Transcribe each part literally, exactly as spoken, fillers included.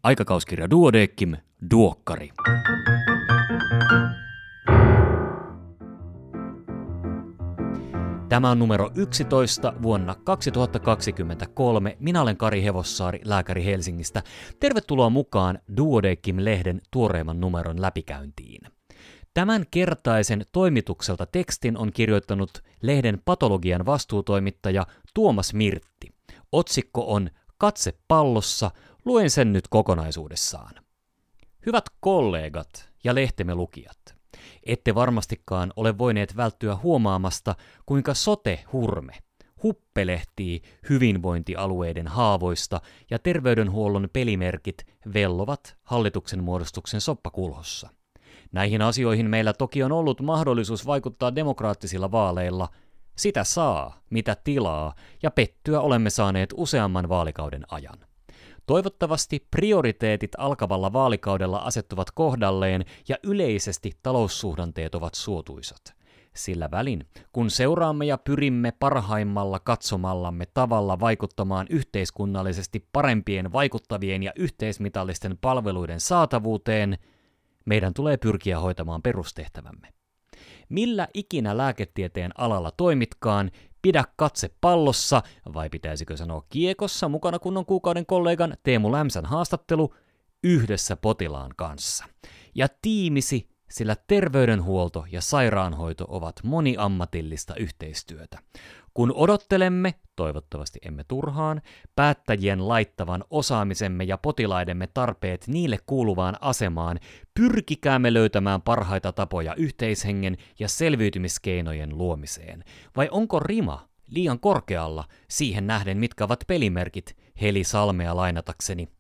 Aikakauskirja Duodeckim, Duokkari. Tämä on numero yksitoista vuonna kaksituhattakaksikymmentäkolme. Minä olen Kari Hevossaari, lääkäri Helsingistä. Tervetuloa mukaan Duodeckim-lehden tuoreimman numeron läpikäyntiin. Tämän kertaisen toimitukselta tekstin on kirjoittanut lehden patologian vastuutoimittaja Tuomas Mirtti. Otsikko on Katse pallossa. Luen sen nyt kokonaisuudessaan. Hyvät kollegat ja lehtemme lukijat, ette varmastikaan ole voineet välttyä huomaamasta, kuinka sote-hurme huppelehtii hyvinvointialueiden haavoista ja terveydenhuollon pelimerkit vellovat hallituksen muodostuksen soppakulhossa. Näihin asioihin meillä toki on ollut mahdollisuus vaikuttaa demokraattisilla vaaleilla. Sitä saa, mitä tilaa, ja pettyä olemme saaneet useamman vaalikauden ajan. Toivottavasti prioriteetit alkavalla vaalikaudella asettuvat kohdalleen ja yleisesti taloussuhdanteet ovat suotuisat. Sillä välin, kun seuraamme ja pyrimme parhaimmalla katsomallamme tavalla vaikuttamaan yhteiskunnallisesti parempien vaikuttavien ja yhteismitallisten palveluiden saatavuuteen, meidän tulee pyrkiä hoitamaan perustehtävämme. Millä ikinä lääketieteen alalla toimitkaan, pidä katse pallossa, vai pitäisikö sanoa kiekossa, mukana kunnon kuukauden kollegan Teemu Lämsän haastattelu yhdessä potilaan kanssa. Ja tiimisi, sillä terveydenhuolto ja sairaanhoito ovat moniammatillista yhteistyötä. Kun odottelemme, toivottavasti emme turhaan, päättäjien laittavan osaamisemme ja potilaidemme tarpeet niille kuuluvaan asemaan, pyrkikäämme löytämään parhaita tapoja yhteishengen ja selviytymiskeinojen luomiseen. Vai onko rima liian korkealla siihen nähden, mitkä ovat pelimerkit, Heli Salmea lainatakseni?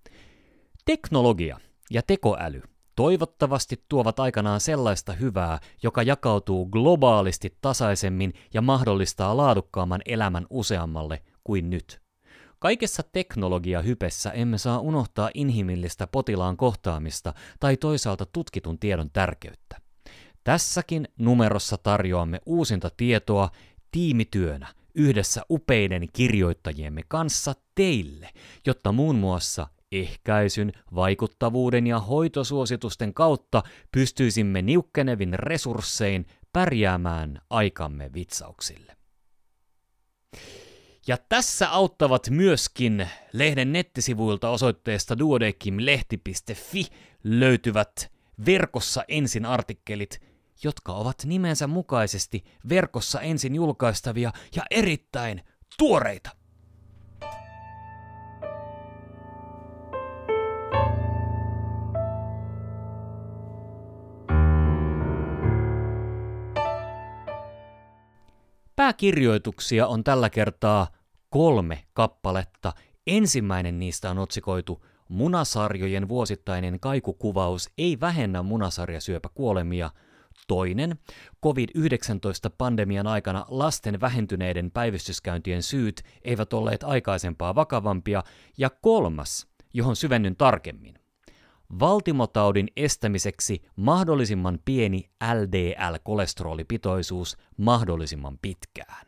Teknologia ja tekoäly toivottavasti tuovat aikanaan sellaista hyvää, joka jakautuu globaalisti tasaisemmin ja mahdollistaa laadukkaamman elämän useammalle kuin nyt. Kaikessa teknologiahypessä emme saa unohtaa inhimillistä potilaan kohtaamista tai toisaalta tutkitun tiedon tärkeyttä. Tässäkin numerossa tarjoamme uusinta tietoa tiimityönä yhdessä upeiden kirjoittajiemme kanssa teille, jotta muun muassa ehkäisyn, vaikuttavuuden ja hoitosuositusten kautta pystyisimme niukkenevin resurssein pärjäämään aikamme vitsauksille. Ja tässä auttavat myöskin lehden nettisivuilta osoitteesta duodeckimlehti piste fi löytyvät verkossa ensin artikkelit, jotka ovat nimensä mukaisesti verkossa ensin julkaistavia ja erittäin tuoreita. Pääkirjoituksia on tällä kertaa kolme kappaletta. Ensimmäinen niistä on otsikoitu Munasarjojen vuosittainen kaikukuvaus ei vähennä munasarjasyöpäkuolemia. Toinen, covid yhdeksäntoista-pandemian aikana lasten vähentyneiden päivystyskäyntien syyt eivät olleet aikaisempaa vakavampia. Ja kolmas, johon syvennyn tarkemmin. Valtimotaudin estämiseksi mahdollisimman pieni L D L-kolesterolipitoisuus mahdollisimman pitkään.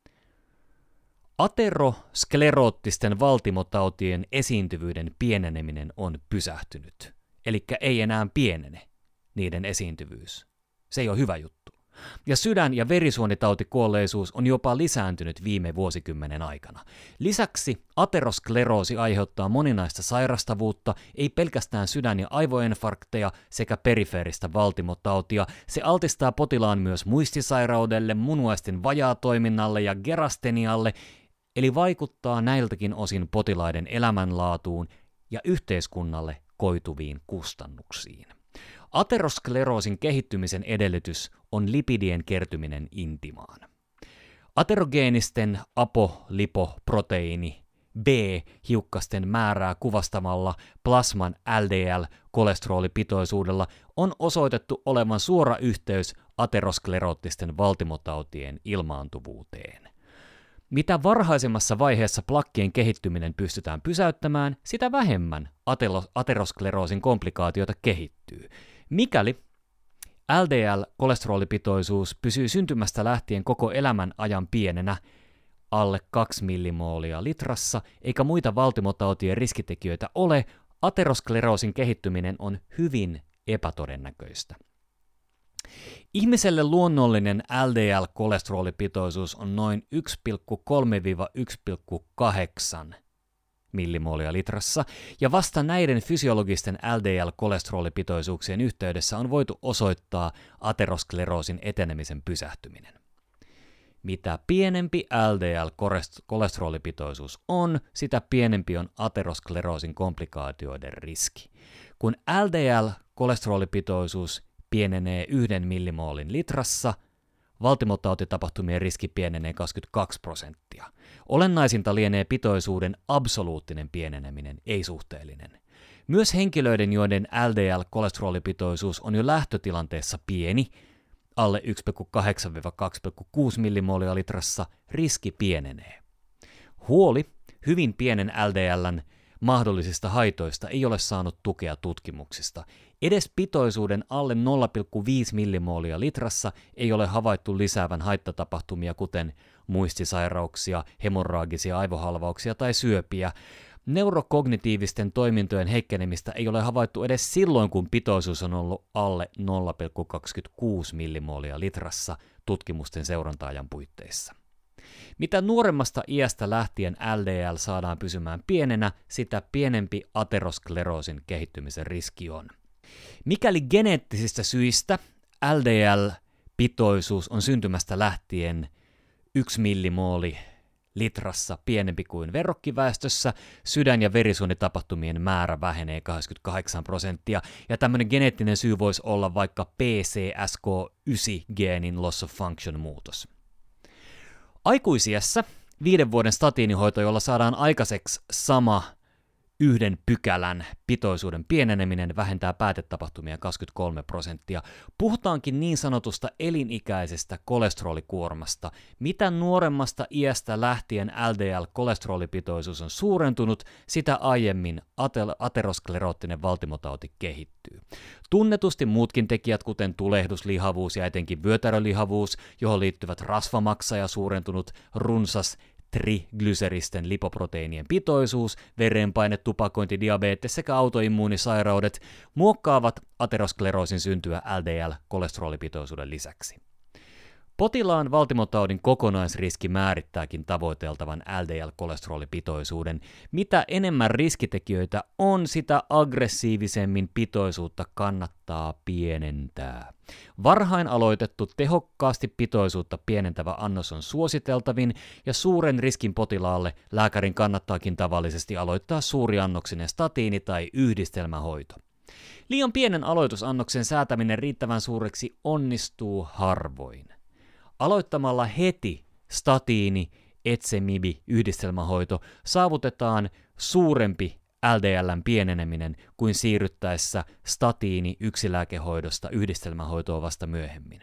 Ateroskleroottisten valtimotautien esiintyvyyden pieneneminen on pysähtynyt. Elikkä ei enää pienene niiden esiintyvyys. Se ei ole hyvä juttu. Ja sydän- ja verisuonitautikuolleisuus on jopa lisääntynyt viime vuosikymmenen aikana. Lisäksi ateroskleroosi aiheuttaa moninaista sairastavuutta, ei pelkästään sydän- ja aivoinfarkteja sekä perifeeristä valtimotautia. Se altistaa potilaan myös muistisairaudelle, munuaisten vajaatoiminnalle ja gerastenialle, eli vaikuttaa näiltäkin osin potilaiden elämänlaatuun ja yhteiskunnalle koituviin kustannuksiin. Ateroskleroosin kehittymisen edellytys on lipidien kertyminen intimaan. Aterogeenisten apolipoproteiini B-hiukkasten määrää kuvastamalla plasman L D L-kolesterolipitoisuudella on osoitettu olevan suora yhteys ateroskleroottisten valtimotautien ilmaantuvuuteen. Mitä varhaisemmassa vaiheessa plakkien kehittyminen pystytään pysäyttämään, sitä vähemmän ateroskleroosin komplikaatioita kehittyy. Mikäli L D L-kolesterolipitoisuus pysyy syntymästä lähtien koko elämän ajan pienenä, alle kaksi millimoolia litrassa, eikä muita valtimotautien riskitekijöitä ole, ateroskleroosin kehittyminen on hyvin epätodennäköistä. Ihmiselle luonnollinen L D L-kolesterolipitoisuus on noin yksi pilkku kolme yksi pilkku kahdeksan millimoolia litrassa, ja vasta näiden fysiologisten L D L-kolesterolipitoisuuksien yhteydessä on voitu osoittaa ateroskleroosin etenemisen pysähtyminen. Mitä pienempi L D L-kolesterolipitoisuus on, sitä pienempi on ateroskleroosin komplikaatioiden riski. Kun L D L-kolesterolipitoisuus pienenee yhden millimoolin litrassa, valtimotautitapahtumien riski pienenee kaksikymmentäkaksi prosenttia. Olennaisinta lienee pitoisuuden absoluuttinen pieneneminen, ei suhteellinen. Myös henkilöiden, joiden L D L-kolesterolipitoisuus on jo lähtötilanteessa pieni, alle yksi pilkku kahdeksan kaksi pilkku kuusi millimoolia litrassa, riski pienenee. Huoli hyvin pienen L D L:n mahdollisista haitoista ei ole saanut tukea tutkimuksista. Edes pitoisuuden alle nolla pilkku viisi millimoolia litrassa ei ole havaittu lisäävän haittatapahtumia, kuten muistisairauksia, hemorraagisia aivohalvauksia tai syöpiä. Neurokognitiivisten toimintojen heikkenemistä ei ole havaittu edes silloin, kun pitoisuus on ollut alle nolla pilkku kaksikymmentäkuusi millimoolia litrassa tutkimusten seuranta-ajan puitteissa. Mitä nuoremmasta iästä lähtien L D L saadaan pysymään pienenä, sitä pienempi ateroskleroosin kehittymisen riski on. Mikäli geneettisistä syistä L D L-pitoisuus on syntymästä lähtien yksi millimooli litrassa pienempi kuin verrokkiväestössä, sydän- ja verisuonitapahtumien määrä vähenee kaksikymmentäkahdeksan prosenttia, ja tämmöinen geneettinen syy voisi olla vaikka P C S K yhdeksän-geenin loss of function muutos. Aikuisiässä viiden vuoden statiinihoito, jolla saadaan aikaiseksi sama yhden pykälän pitoisuuden pieneneminen, vähentää päätetapahtumia kaksikymmentäkolme prosenttia. Puhutaankin niin sanotusta elinikäisestä kolesterolikuormasta. Mitä nuoremmasta iästä lähtien L D L-kolesterolipitoisuus on suurentunut, sitä aiemmin ateroskleroottinen valtimotauti kehittyy. Tunnetusti muutkin tekijät, kuten tulehduslihavuus ja etenkin vyötärölihavuus, johon liittyvät rasvamaksa ja suurentunut runsas triglyseristen lipoproteiinien pitoisuus, verenpaine, tupakointi, diabetes sekä autoimmuunisairaudet muokkaavat ateroskleroosin syntyä L D L-kolesterolipitoisuuden lisäksi. Potilaan valtimotaudin kokonaisriski määrittääkin tavoiteltavan L D L-kolesterolipitoisuuden. Mitä enemmän riskitekijöitä on, sitä aggressiivisemmin pitoisuutta kannattaa pienentää. Varhain aloitettu tehokkaasti pitoisuutta pienentävä annos on suositeltavin, ja suuren riskin potilaalle lääkärin kannattaakin tavallisesti aloittaa suuriannoksinen statiini- tai yhdistelmähoito. Liian pienen aloitusannoksen säätäminen riittävän suureksi onnistuu harvoin. Aloittamalla heti statiini, etsemibi, yhdistelmähoito saavutetaan suurempi L D L:n pieneneminen kuin siirryttäessä statiini yksilääkehoidosta yhdistelmähoitoon vasta myöhemmin.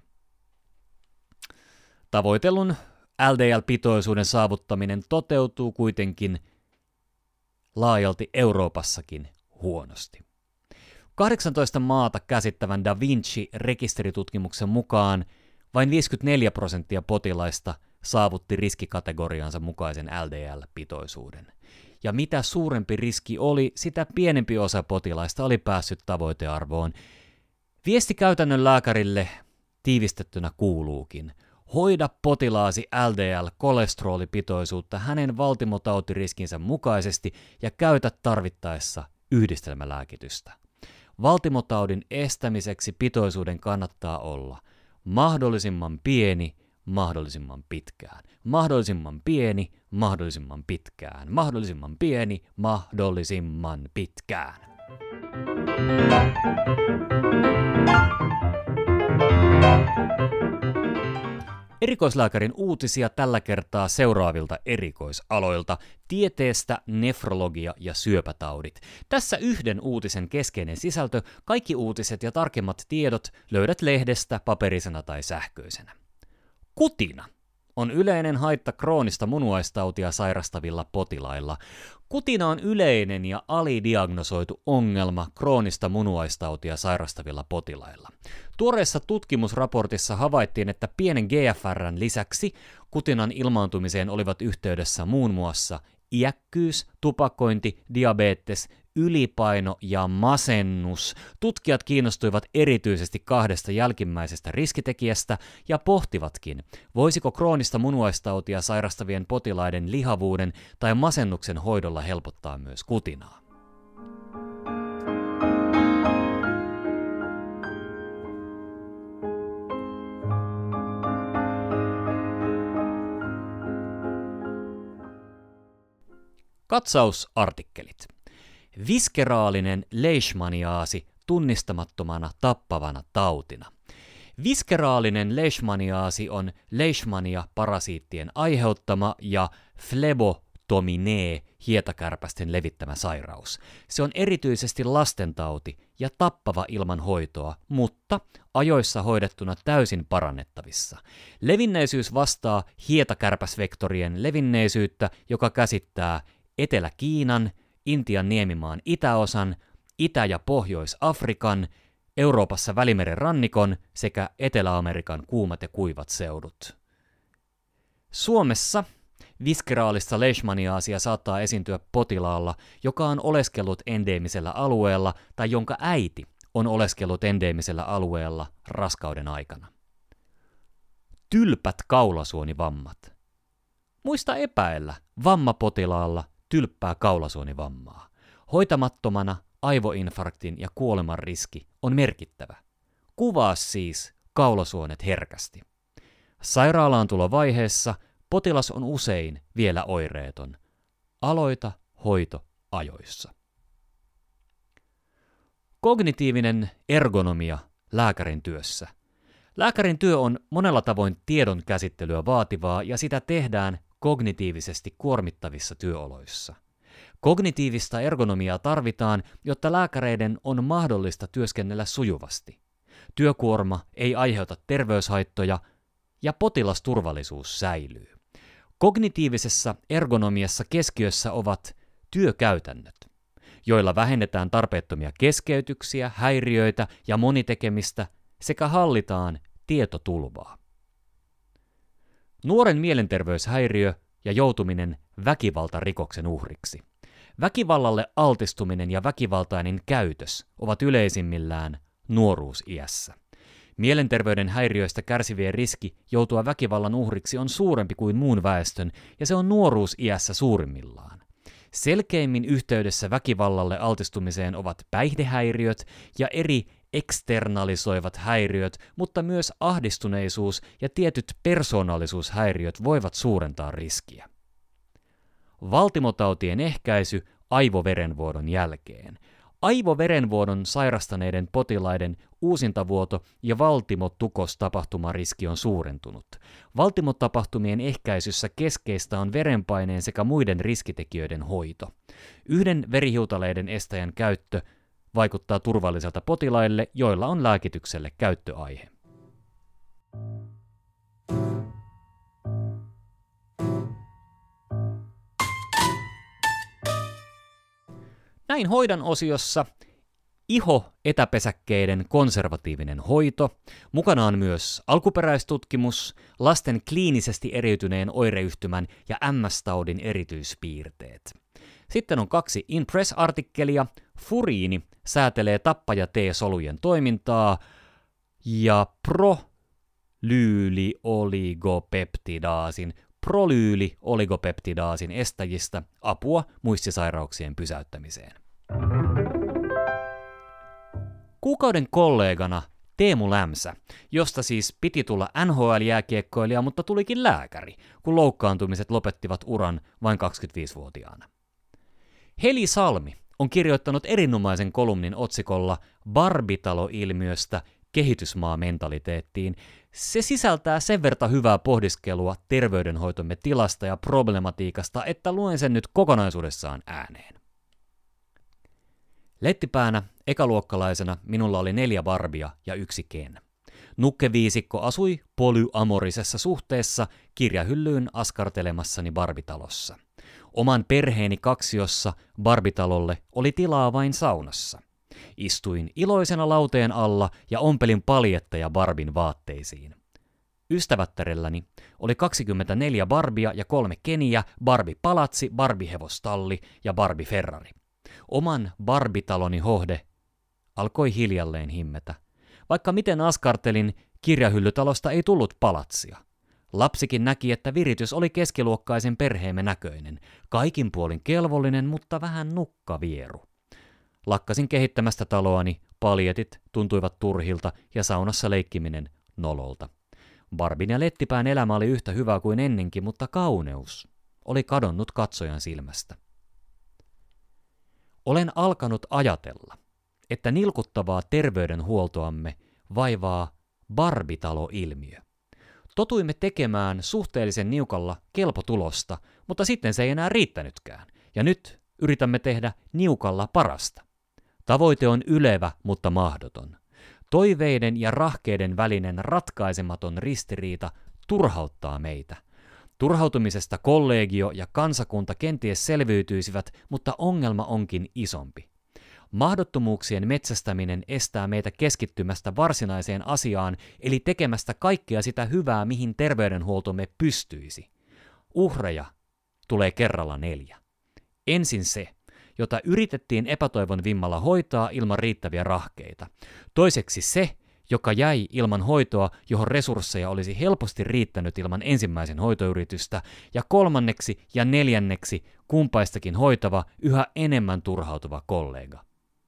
Tavoitellun L D L-pitoisuuden saavuttaminen toteutuu kuitenkin laajalti Euroopassakin huonosti. kahdeksantoista maata käsittävän Da Vinci-rekisteritutkimuksen mukaan vain viisikymmentäneljä prosenttia potilaista saavutti riskikategoriansa mukaisen L D L-pitoisuuden. Ja mitä suurempi riski oli, sitä pienempi osa potilaista oli päässyt tavoitearvoon. Viesti käytännön lääkärille tiivistettynä kuuluukin: hoida potilaasi L D L-kolesterolipitoisuutta hänen valtimotautiriskinsä mukaisesti ja käytä tarvittaessa yhdistelmälääkitystä. Valtimotaudin estämiseksi pitoisuuden kannattaa olla mahdollisimman pieni, mahdollisimman pitkään. Mahdollisimman pieni, mahdollisimman pitkään. Mahdollisimman pieni, mahdollisimman pitkään. Erikoislääkärin uutisia tällä kertaa seuraavilta erikoisaloilta: tieteestä, nefrologia ja syöpätaudit. Tässä yhden uutisen keskeinen sisältö. Kaikki uutiset ja tarkemmat tiedot löydät lehdestä paperisena tai sähköisenä. Kutina on yleinen haitta kroonista munuaistautia sairastavilla potilailla. Kutina on yleinen ja alidiagnosoitu ongelma kroonista munuaistautia sairastavilla potilailla. Tuoreessa tutkimusraportissa havaittiin, että pienen G F R:n lisäksi kutinan ilmaantumiseen olivat yhteydessä muun muassa iäkkyys, tupakointi, diabetes, ylipaino ja masennus. Tutkijat kiinnostuivat erityisesti kahdesta jälkimmäisestä riskitekijästä ja pohtivatkin, voisiko kroonista munuaistautia sairastavien potilaiden lihavuuden tai masennuksen hoidolla helpottaa myös kutinaa. Katsausartikkelit. Viskeraalinen leishmaniaasi tunnistamattomana tappavana tautina. Viskeraalinen leishmaniaasi on leishmania-parasiittien aiheuttama ja flebotominee hietakärpästen levittämä sairaus. Se on erityisesti lastentauti ja tappava ilman hoitoa, mutta ajoissa hoidettuna täysin parannettavissa. Levinneisyys vastaa hietakärpäsvektorien levinneisyyttä, joka käsittää Etelä-Kiinan, Intian niemimaan itäosan, Itä- ja Pohjois-Afrikan, Euroopassa Välimeren rannikon sekä Etelä-Amerikan kuumat ja kuivat seudut. Suomessa viskeraalista leishmaniaasia saattaa esiintyä potilaalla, joka on oleskellut endeemisellä alueella tai jonka äiti on oleskellut endeemisellä alueella raskauden aikana. Tylpät kaulasuonivammat. Muista epäillä vammapotilaalla tylppää kaulasuonivammaa. Hoitamattomana aivoinfarktin ja kuoleman riski on merkittävä. Kuvaa siis kaulasuonet herkästi. Sairaalaan tulovaiheessa potilas on usein vielä oireeton. Aloita hoito ajoissa. Kognitiivinen ergonomia lääkärin työssä. Lääkärin työ on monella tavoin tiedon käsittelyä vaativaa ja sitä tehdään kognitiivisesti kuormittavissa työoloissa. Kognitiivista ergonomiaa tarvitaan, jotta lääkäreiden on mahdollista työskennellä sujuvasti. Työkuorma ei aiheuta terveyshaittoja ja potilasturvallisuus säilyy. Kognitiivisessa ergonomiassa keskiössä ovat työkäytännöt, joilla vähennetään tarpeettomia keskeytyksiä, häiriöitä ja monitekemistä sekä hallitaan tietotulvaa. Nuoren mielenterveyshäiriö ja joutuminen väkivaltarikoksen uhriksi. Väkivallalle altistuminen ja väkivaltainen käytös ovat yleisimmillään nuoruusiässä. Mielenterveyden häiriöistä kärsivien riski joutua väkivallan uhriksi on suurempi kuin muun väestön, ja se on nuoruusiässä suurimmillaan. Selkeimmin yhteydessä väkivallalle altistumiseen ovat päihdehäiriöt ja eri eksternalisoivat häiriöt, mutta myös ahdistuneisuus ja tietyt persoonallisuushäiriöt voivat suurentaa riskiä. Valtimotautien ehkäisy aivoverenvuodon jälkeen. Aivoverenvuodon sairastaneiden potilaiden uusintavuoto ja valtimotukostapahtumariski on suurentunut. Valtimotapahtumien ehkäisyssä keskeistä on verenpaineen sekä muiden riskitekijöiden hoito. Yhden verihiutaleiden estäjän käyttö vaikuttaa turvalliselta potilaille, joilla on lääkitykselle käyttöaihe. Näin hoidan osiossa iho-etäpesäkkeiden konservatiivinen hoito. Mukana on myös alkuperäistutkimus, lasten kliinisesti eriytyneen oireyhtymän ja M S-taudin erityispiirteet. Sitten on kaksi InPress-artikkelia. Furiini säätelee tappaja-T-solujen toimintaa ja prolyyli-oligopeptidaasin prolyyli-oligopeptidaasin estäjistä apua muistisairauksien pysäyttämiseen. Kuukauden kollegana Teemu Lämsä, josta siis piti tulla N H L-jääkiekkoilija, mutta tulikin lääkäri, kun loukkaantumiset lopettivat uran vain kaksikymmentäviisivuotiaana. Heli Salmi on kirjoittanut erinomaisen kolumnin otsikolla Barbitalo-ilmiöstä kehitysmaamentaliteettiin. Se sisältää sen verran hyvää pohdiskelua terveydenhoitomme tilasta ja problematiikasta, että luen sen nyt kokonaisuudessaan ääneen. Lettipäänä ekaluokkalaisena minulla oli neljä Barbia ja yksi Ken. Nukkeviisikko asui polyamorisessa suhteessa kirjahyllyyn askartelemassani Barbitalossa. Oman perheeni kaksiossa Barbitalolle oli tilaa vain saunassa. Istuin iloisena lauteen alla ja ompelin paljetteja Barbin vaatteisiin. Ystävättärelläni oli kaksikymmentäneljä Barbia ja kolme Keniä, Barbie palatsi, Barbie hevostalli ja Barbie Ferrari. Oman Barbie-taloni hohde alkoi hiljalleen himmetä. Vaikka miten askartelin, kirjahyllytalosta ei tullut palatsia. Lapsikin näki, että viritys oli keskiluokkaisen perheemme näköinen, kaikin puolin kelvollinen, mutta vähän nukkavieru. Lakkasin kehittämästä taloani, paljetit tuntuivat turhilta ja saunassa leikkiminen nololta. Barbin ja Lettipään elämä oli yhtä hyvä kuin ennenkin, mutta kauneus oli kadonnut katsojan silmästä. Olen alkanut ajatella, että nilkuttavaa terveydenhuoltoamme vaivaa Barbitalo-ilmiö. Totuimme tekemään suhteellisen niukalla kelpotulosta, mutta sitten se ei enää riittänytkään, ja nyt yritämme tehdä niukalla parasta. Tavoite on ylevä, mutta mahdoton. Toiveiden ja rahkeiden välinen ratkaisematon ristiriita turhauttaa meitä. Turhautumisesta kollegio ja kansakunta kenties selviytyisivät, mutta ongelma onkin isompi. Mahdottomuuksien metsästäminen estää meitä keskittymästä varsinaiseen asiaan, eli tekemästä kaikkea sitä hyvää, mihin terveydenhuoltomme pystyisi. Uhreja tulee kerralla neljä. Ensin se, jota yritettiin epätoivon vimmalla hoitaa ilman riittäviä rahkeita. Toiseksi se, joka jäi ilman hoitoa, johon resursseja olisi helposti riittänyt ilman ensimmäisen hoitoyritystä, ja kolmanneksi ja neljänneksi kumpaistakin hoitava, yhä enemmän turhautuva kollega.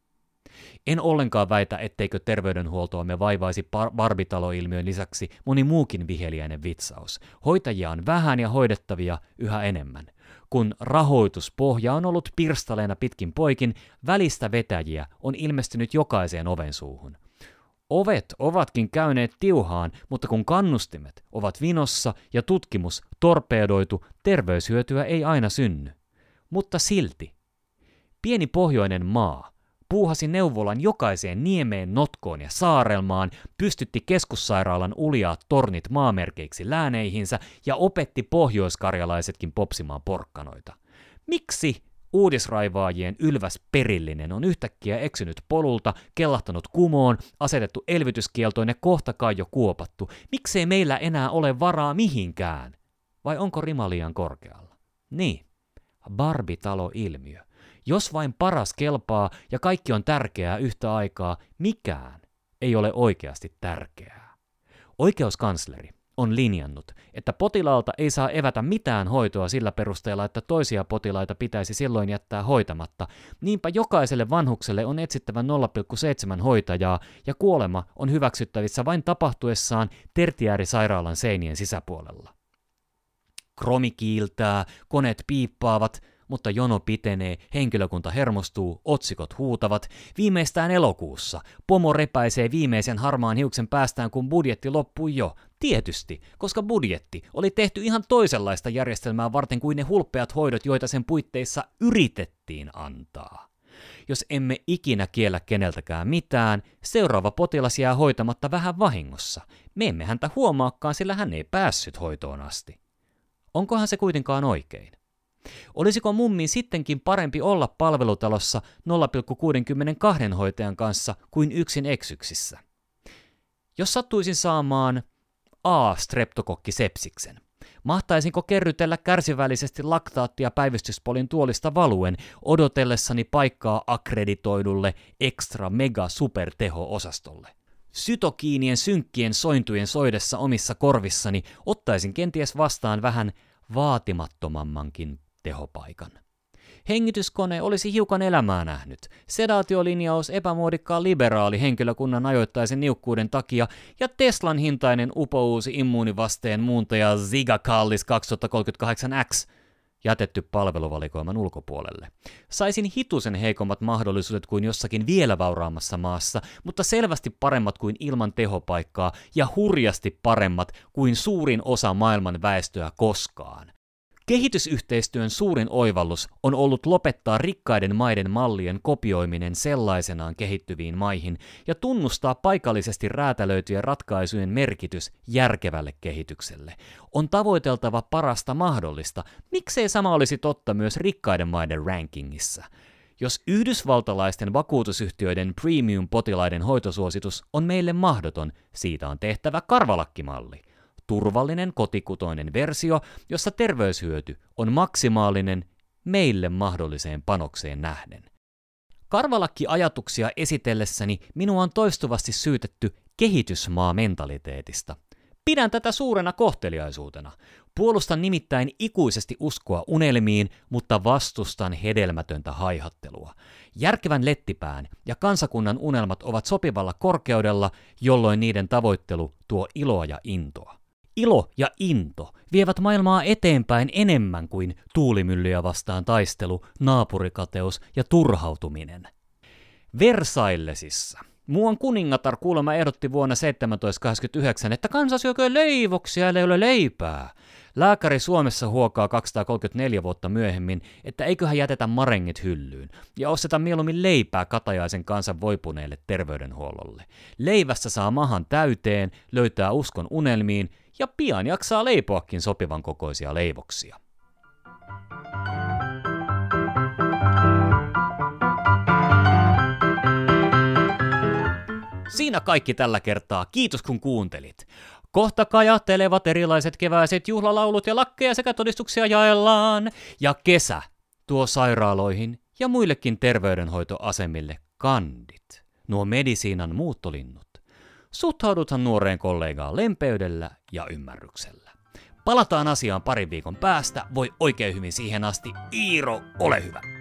En ollenkaan väitä, etteikö terveydenhuoltoamme vaivaisi bar- Barbitalo-ilmiön lisäksi moni muukin viheliäinen vitsaus. Hoitajia on vähän ja hoidettavia yhä enemmän. Kun rahoituspohja on ollut pirstaleena pitkin poikin, välistä vetäjiä on ilmestynyt jokaiseen oven suuhun. Ovet ovatkin käyneet tiuhaan, mutta kun kannustimet ovat vinossa ja tutkimus torpeedoitu, terveyshyötyä ei aina synny. Mutta silti. Pieni pohjoinen maa puuhasi neuvolan jokaiseen niemeen, notkoon ja saarelmaan, pystytti keskussairaalan uljaat tornit maamerkeiksi lääneihinsä ja opetti pohjoiskarjalaisetkin popsimaan porkkanoita. Miksi uudisraivaajien ylväs perillinen on yhtäkkiä eksynyt polulta, kellahtanut kumoon, asetettu elvytyskieltoon ja kohta kai jo kuopattu? Miksei meillä enää ole varaa mihinkään? Vai onko rima liian korkealla? Niin, Barbitalo-ilmiö. Jos vain paras kelpaa ja kaikki on tärkeää yhtä aikaa, mikään ei ole oikeasti tärkeää. Oikeuskansleri on linjannut, että potilaalta ei saa evätä mitään hoitoa sillä perusteella, että toisia potilaita pitäisi silloin jättää hoitamatta. Niinpä jokaiselle vanhukselle on etsittävä nolla pilkku seitsemän hoitajaa ja kuolema on hyväksyttävissä vain tapahtuessaan tertiäärisairaalan seinien sisäpuolella. Kromi kiiltää, koneet piippaavat, mutta jono pitenee, henkilökunta hermostuu, otsikot huutavat. Viimeistään elokuussa pomo repäisee viimeisen harmaan hiuksen päästään, kun budjetti loppui jo. Tietysti, koska budjetti oli tehty ihan toisenlaista järjestelmää varten kuin ne hulppeat hoidot, joita sen puitteissa yritettiin antaa. Jos emme ikinä kiellä keneltäkään mitään, seuraava potilas jää hoitamatta vähän vahingossa. Me emme häntä huomaakaan, sillä hän ei päässyt hoitoon asti. Onkohan se kuitenkaan oikein? Olisiko mummin sittenkin parempi olla palvelutalossa nolla pilkku kuusikymmentäkaksi hoitajan kanssa kuin yksin eksyksissä? Jos sattuisin saamaan A-streptokokkisepsiksen, mahtaisinko kerrytellä kärsivällisesti laktaattia päivystyspolin tuolista valuen odotellessani paikkaa akkreditoidulle extra mega superteho-osastolle? Sytokiinien synkkien sointujen soidessa omissa korvissani ottaisin kenties vastaan vähän vaatimattomammankin tehopaikan. Hengityskone olisi hiukan elämää nähnyt, sedaatiolinjaus epämuodikkaan liberaali henkilökunnan ajoittaisen niukkuuden takia ja Teslan hintainen upouusi immuunivasteen muuntaja Zigakallis kaksituhattakolmekymmentäkahdeksan X jätetty palveluvalikoiman ulkopuolelle. Saisin hitusen heikommat mahdollisuudet kuin jossakin vielä vauraammassa maassa, mutta selvästi paremmat kuin ilman tehopaikkaa ja hurjasti paremmat kuin suurin osa maailman väestöä koskaan. Kehitysyhteistyön suurin oivallus on ollut lopettaa rikkaiden maiden mallien kopioiminen sellaisenaan kehittyviin maihin ja tunnustaa paikallisesti räätälöityjen ratkaisujen merkitys järkevälle kehitykselle. On tavoiteltava parasta mahdollista. Miksei sama olisi totta myös rikkaiden maiden rankingissa? Jos yhdysvaltalaisten vakuutusyhtiöiden premium-potilaiden hoitosuositus on meille mahdoton, siitä on tehtävä karvalakkimalli. Turvallinen kotikutoinen versio, jossa terveyshyöty on maksimaalinen meille mahdolliseen panokseen nähden. Karvalakki-ajatuksia esitellessäni minua on toistuvasti syytetty kehitysmaamentaliteetista. Pidän tätä suurena kohteliaisuutena. Puolustan nimittäin ikuisesti uskoa unelmiin, mutta vastustan hedelmätöntä haihattelua. Järkevän lettipään ja kansakunnan unelmat ovat sopivalla korkeudella, jolloin niiden tavoittelu tuo iloa ja intoa. Ilo ja into vievät maailmaa eteenpäin enemmän kuin tuulimyllyjä vastaan taistelu, naapurikateus ja turhautuminen. Versaillesissa muuan kuningatar kuulemma ehdotti vuonna seitsemäntoistasataakahdeksankymmentäyhdeksän, että kansa syökö leivoksia, ellei ole leipää. Lääkäri Suomessa huokaa kaksisataakolmekymmentäneljä vuotta myöhemmin, että eiköhän jätetä marengit hyllyyn ja osteta mieluummin leipää katajaisen kansan voipuneelle terveydenhuollolle. Leivässä saa mahan täyteen, löytää uskon unelmiin ja pian jaksaa leipoakin sopivan kokoisia leivoksia. Siinä kaikki tällä kertaa. Kiitos kun kuuntelit. Kohta kajattelevat erilaiset keväiset juhlalaulut ja lakkeja sekä todistuksia jaellaan. Ja kesä tuo sairaaloihin ja muillekin terveydenhoitoasemille kandit, nuo medisiinan muuttolinnut. Suhtauduthan nuoreen kollegaan lempeydellä ja ymmärryksellä. Palataan asiaan parin viikon päästä. Voi oikein hyvin siihen asti. Iiro, ole hyvä!